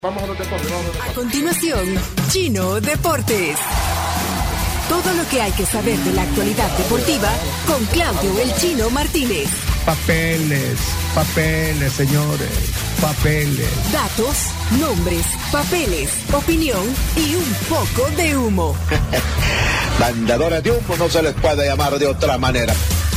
Vamos a los deportes. A continuación, Chino Deportes. Todo lo que hay que saber de la actualidad deportiva con Claudio El Chino Martínez. Papeles, señores, papeles. Datos, nombres, papeles, opinión y un poco de humo. Mandadores de humo no se les puede llamar de otra manera.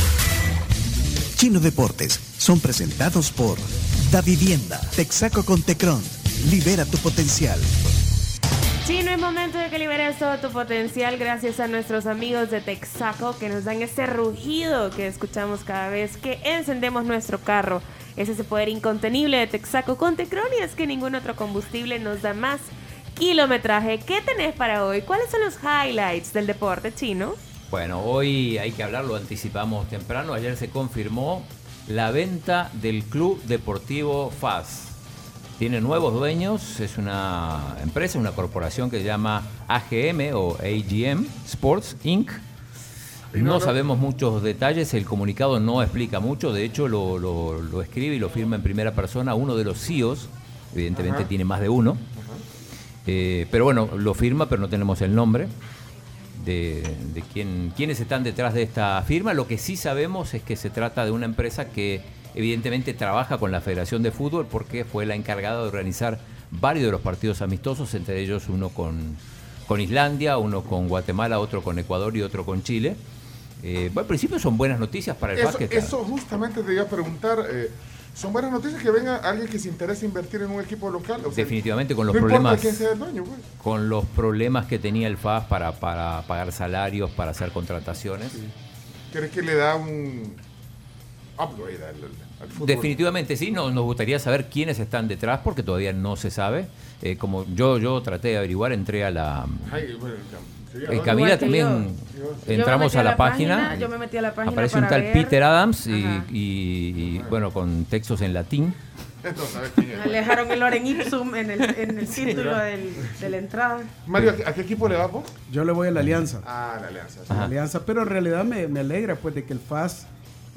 Chino Deportes son presentados por Da Vivienda, Texaco con Tecron. Libera tu potencial. Chino, es momento de que liberes todo tu potencial gracias a nuestros amigos de Texaco que nos dan este rugido que escuchamos cada vez que encendemos nuestro carro. Es ese poder incontenible de Texaco con Tecron y es que ningún otro combustible nos da más kilometraje. ¿Qué tenés para hoy? ¿Cuáles son los highlights del deporte, Chino? Bueno, hoy hay que hablar, lo anticipamos temprano. Ayer se confirmó la venta del Club Deportivo FAS. Tiene nuevos dueños, es una empresa, una corporación que se llama AGM o AGM Sports Inc. No sabemos muchos detalles, el comunicado no explica mucho, de hecho lo escribe y lo firma en primera persona uno de los CEOs, evidentemente tiene más de uno, pero bueno, lo firma, pero no tenemos el nombre de quiénes están detrás de esta firma. Lo que sí sabemos es que se trata de una empresa que evidentemente trabaja con la Federación de Fútbol porque fue la encargada de organizar varios de los partidos amistosos, entre ellos uno con Islandia, uno con Guatemala, otro con Ecuador y otro con Chile. Bueno, al principio son buenas noticias para el básquet. Eso justamente te iba a preguntar. ¿Son buenas noticias que venga alguien que se interese invertir en un equipo local? O sea, definitivamente con los no problemas quién sea el dueño, pues. Con los problemas que tenía el FAS para pagar salarios, para hacer contrataciones. Sí. ¿Crees que le da un upgrade al fútbol? Definitivamente sí, nos gustaría saber quiénes están detrás porque todavía no se sabe. Como yo traté de averiguar, entré a la... Camila también entramos a la página. Yo me metí a la página. Aparece un tal Peter Adams y bueno, con textos en latín. Le dejaron el Loren Ipsum en el título de la entrada. Mario, ¿a qué equipo le vas vos? Yo le voy a la Alianza. La Alianza. Sí. La Alianza, pero en realidad me alegra pues de que el FAS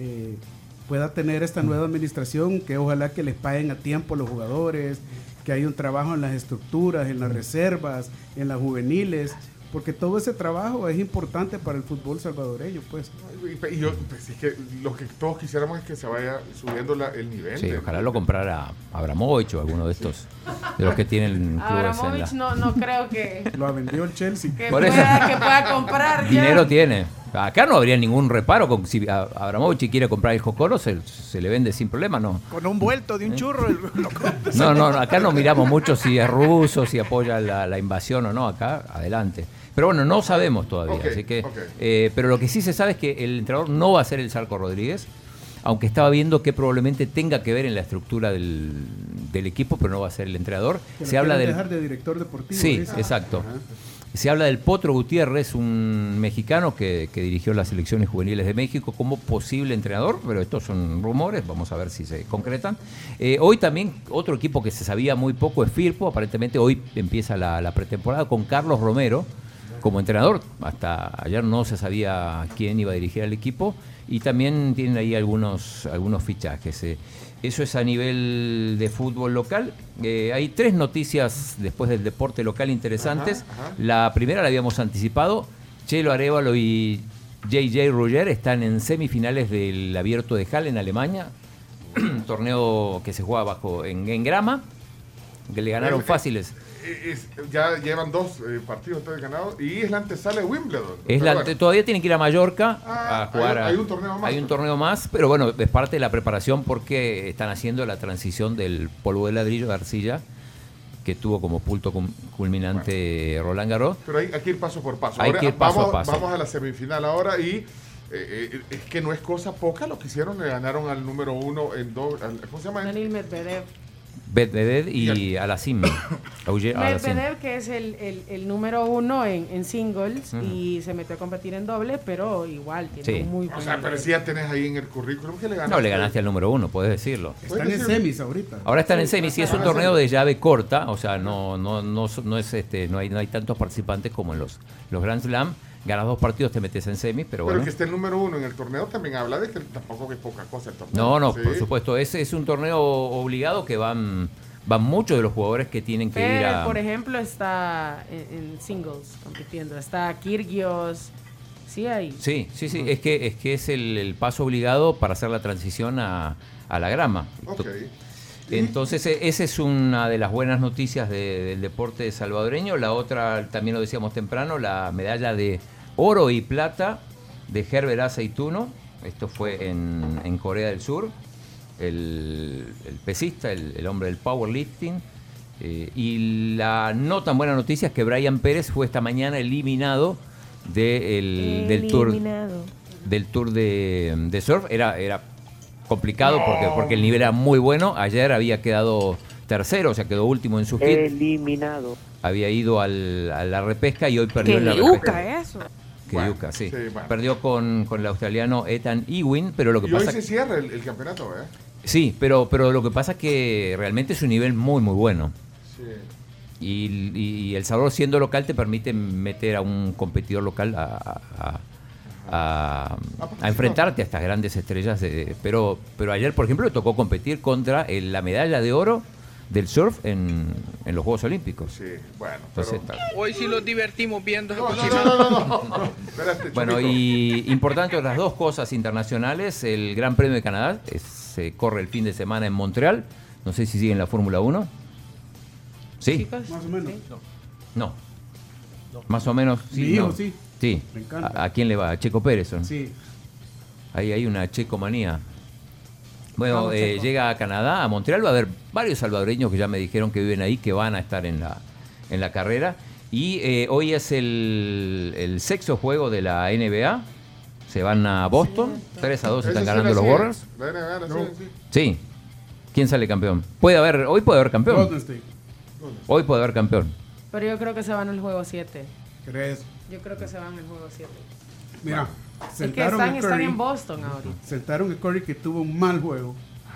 pueda tener esta nueva administración, que ojalá que les paguen a tiempo a los jugadores, que haya un trabajo en las estructuras, en las reservas, en las juveniles, porque todo ese trabajo es importante para el fútbol salvadoreño, pues. Y es que lo que todos quisiéramos es que se vaya subiendo el nivel. Sí, ojalá lo comprara Abramovich o alguno de estos, de los que tienen clubes. Abramovich no creo que... Lo ha vendido el Chelsea. Que pueda comprar ya. Dinero tiene. Acá no habría ningún reparo. Si Abramovich quiere comprar el Jocoro, se le vende sin problema, ¿no? Con un vuelto de un churro. No, acá no miramos mucho si es ruso, si apoya la invasión o no. Acá, adelante. Pero bueno, no sabemos todavía. Así que, pero lo que sí se sabe es que el entrenador no va a ser el Zarco Rodríguez, aunque estaba viendo que probablemente tenga que ver en la estructura del equipo, pero no va a ser el entrenador. Se habla de dejar de director deportivo. Sí, exacto. Ajá. Se habla del Potro Gutiérrez, un mexicano que dirigió las selecciones juveniles de México como posible entrenador, pero estos son rumores, vamos a ver si se concretan. Hoy también otro equipo que se sabía muy poco es Firpo, aparentemente hoy empieza la pretemporada con Carlos Romero como entrenador. Hasta ayer no se sabía quién iba a dirigir al equipo y también tienen ahí algunos fichajes. Eso es a nivel de fútbol local. Hay 3 noticias después del deporte local interesantes. Ajá. La primera la habíamos anticipado. Chelo Arévalo y JJ Roger están en semifinales del Abierto de Halle en Alemania. Un torneo que se juega en grama, que le ganaron fáciles. Ya llevan 2 partidos ganados y es la antesala de Wimbledon. Todavía tienen que ir a Mallorca a jugar. Hay un torneo más. Hay un torneo más, pero bueno, es parte de la preparación porque están haciendo la transición del polvo de ladrillo de arcilla que tuvo como punto culminante Roland Garros. Pero hay que ir paso por paso. Hay que ir paso a paso. Vamos a la semifinal ahora y es que no es cosa poca lo que hicieron. Le ganaron al número 1 en doble. ¿Cómo se llama? Daniil Medvedev y Alassim. Medvedev, que es el número 1 en singles y se metió a competir en doble, pero igual tiene muy buen nivel. Pero si ya tenés ahí en el currículum que le ganaste. No, le ganaste al número 1, puedes decirlo. Están en semis ahorita. Ahora están en semis y es un torneo de llave corta, o sea, no hay tantos participantes como en los Grand Slam. Ganas 2 partidos, te metes en semis, pero bueno. Pero que esté el número 1 en el torneo también habla de que tampoco es poca cosa el torneo. No, ¿sí? Por supuesto. Es un torneo obligado que van van muchos de los jugadores que tienen que ir Pérez, a... por ejemplo, está en singles compitiendo. Está Kyrgios. Sí, ahí. Sí, es que es el paso obligado para hacer la transición a la grama. Okay. Entonces, esa es una de las buenas noticias del deporte salvadoreño. La otra, también lo decíamos temprano, la medalla de oro y plata de Herbert Aceituno. Esto fue en Corea del Sur. El pesista, el hombre del powerlifting. Y la no tan buena noticia es que Brian Pérez fue esta mañana eliminado del tour de surf. Era complicado porque el nivel era muy bueno. Ayer había quedado tercero, o sea, quedó último en su hit. Eliminado. Había ido a la repesca y hoy perdió ¡Qué en la repesca. yuca eso! Yuca, sí. Bueno. Perdió con el australiano Ethan Ewing, pero lo que Y pasa hoy se cierra el campeonato, ¿eh? Sí, pero lo que pasa es que realmente es un nivel muy, muy bueno. Sí. Y El Salvador, siendo local, te permite meter a un competidor local a enfrentarte a estas grandes estrellas. Pero ayer, por ejemplo, le tocó competir contra la medalla de oro del surf en los Juegos Olímpicos. Sí, bueno. Entonces, Hoy sí los divertimos viendo. No. Espérate, bueno, Chomito. y importante otras dos cosas internacionales. El Gran Premio de Canadá se corre el fin de semana en Montreal. No sé si siguen la Fórmula 1. ¿Sí? Chicos, Más o menos. ¿sí? No. Más o menos. Sí, Mi hijo, no. sí. Sí. Me encanta. ¿A quién le va? ¿A Checo Pérez? ¿no? Sí. Ahí hay una checomanía. Bueno, Vamos, Checo. llega a Canadá, a Montreal. Va a haber varios salvadoreños que ya me dijeron que viven ahí, que van a estar en la carrera. Y hoy es el sexto juego de la NBA. Se van a Boston. 3-2 están Ese sí ganando la los sigue. Warriors. La NBA la sigue, sí. Sí. ¿Quién sale campeón? Hoy puede haber campeón. Golden State. Hoy puede haber campeón. Pero yo creo que se van al juego 7. ¿Crees? Yo creo que se van al juego 7. Mira, Es que sentaron a están Curry. en Boston ahorita. Sentaron a Curry, que tuvo un mal juego.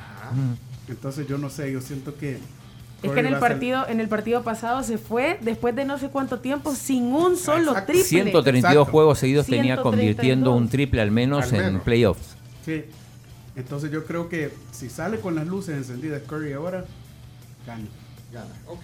Entonces yo no sé, yo siento que Es que en el partido pasado se fue después de no sé cuánto tiempo sin un solo Exacto. triple. 132 Exacto. juegos seguidos tenía 132. convirtiendo un triple al menos Al en menos. playoffs. Sí. Entonces yo creo que si sale con las luces encendidas Curry ahora, gana. Gana, ok.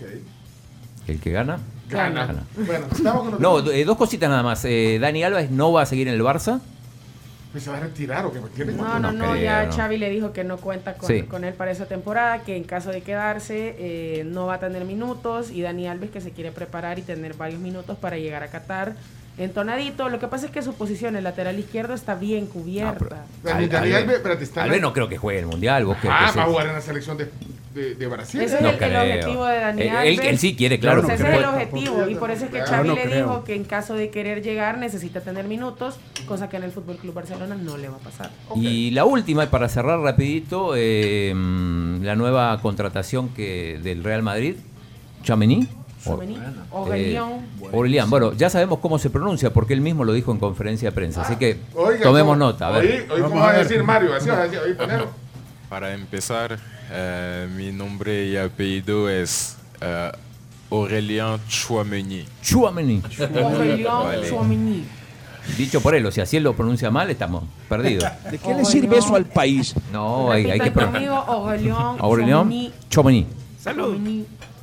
El que gana. Gana. Bueno, estamos con los No, dos cositas nada más. Dani Alves no va a seguir en el Barça. Pues se va a retirar o que quiere No, No creo, ya no. Xavi le dijo que no cuenta Sí. con él para esa temporada, que en caso de quedarse no va a tener minutos, y Dani Alves que se quiere preparar y tener varios minutos para llegar a Qatar entonadito. Lo que pasa es que su posición, el lateral izquierdo, está bien cubierta. Dani Alves, espérate, está Alves no creo que juegue el Mundial. ¿Vos qué va a decís? jugar en la selección de Brasil. Ese es No el creo. objetivo de Dani Alves. Él sí quiere, claro. Yo no Ese que es el puede. objetivo, y por eso es que Yo Xavi no le creo. dijo que en caso de querer llegar necesita tener minutos, cosa que en el Fútbol Club Barcelona no le va a pasar. Y la última, y para cerrar rapidito, la nueva contratación del Real Madrid, Tchouaméni. Aurelian. Bueno, ya sabemos cómo se pronuncia porque él mismo lo dijo en conferencia de prensa, así que Oiga, tomemos ¿cómo? nota. A ver. Hoy ¿cómo va a decir Mario? Así vas a decir, oye, ponelo. Para empezar, mi nombre y apellido es Aurelian Tchouaméni. Tchouaméni. Aurelian Vale. Tchouaméni. Dicho por él, o sea, si él lo pronuncia mal, estamos perdidos. ¿De qué le sirve eso al país? No, hay que Repitan pronunciar. conmigo, Aurelian Aurelian Tchouaméni. Salud.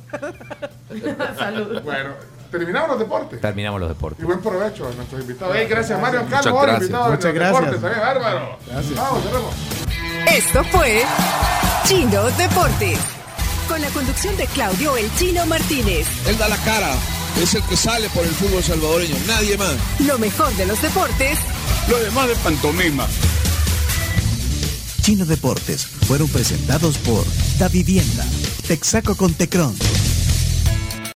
Salud. Bueno, terminamos los deportes. Terminamos los Y deportes. buen provecho a nuestros invitados. Gracias, Mario Calvo, Muchas gracias. invitado Muchas en los gracias. deportes. También, bárbaro. Vamos, cerremos. Esto fue Chino Deportes. Con la conducción de Claudio El Chino Martínez. Él da la cara, es el que sale por el fútbol salvadoreño, nadie más. Lo mejor de los deportes Lo demás de pantomima. Chino Deportes fueron presentados por Da Vivienda, Texaco con Tecron,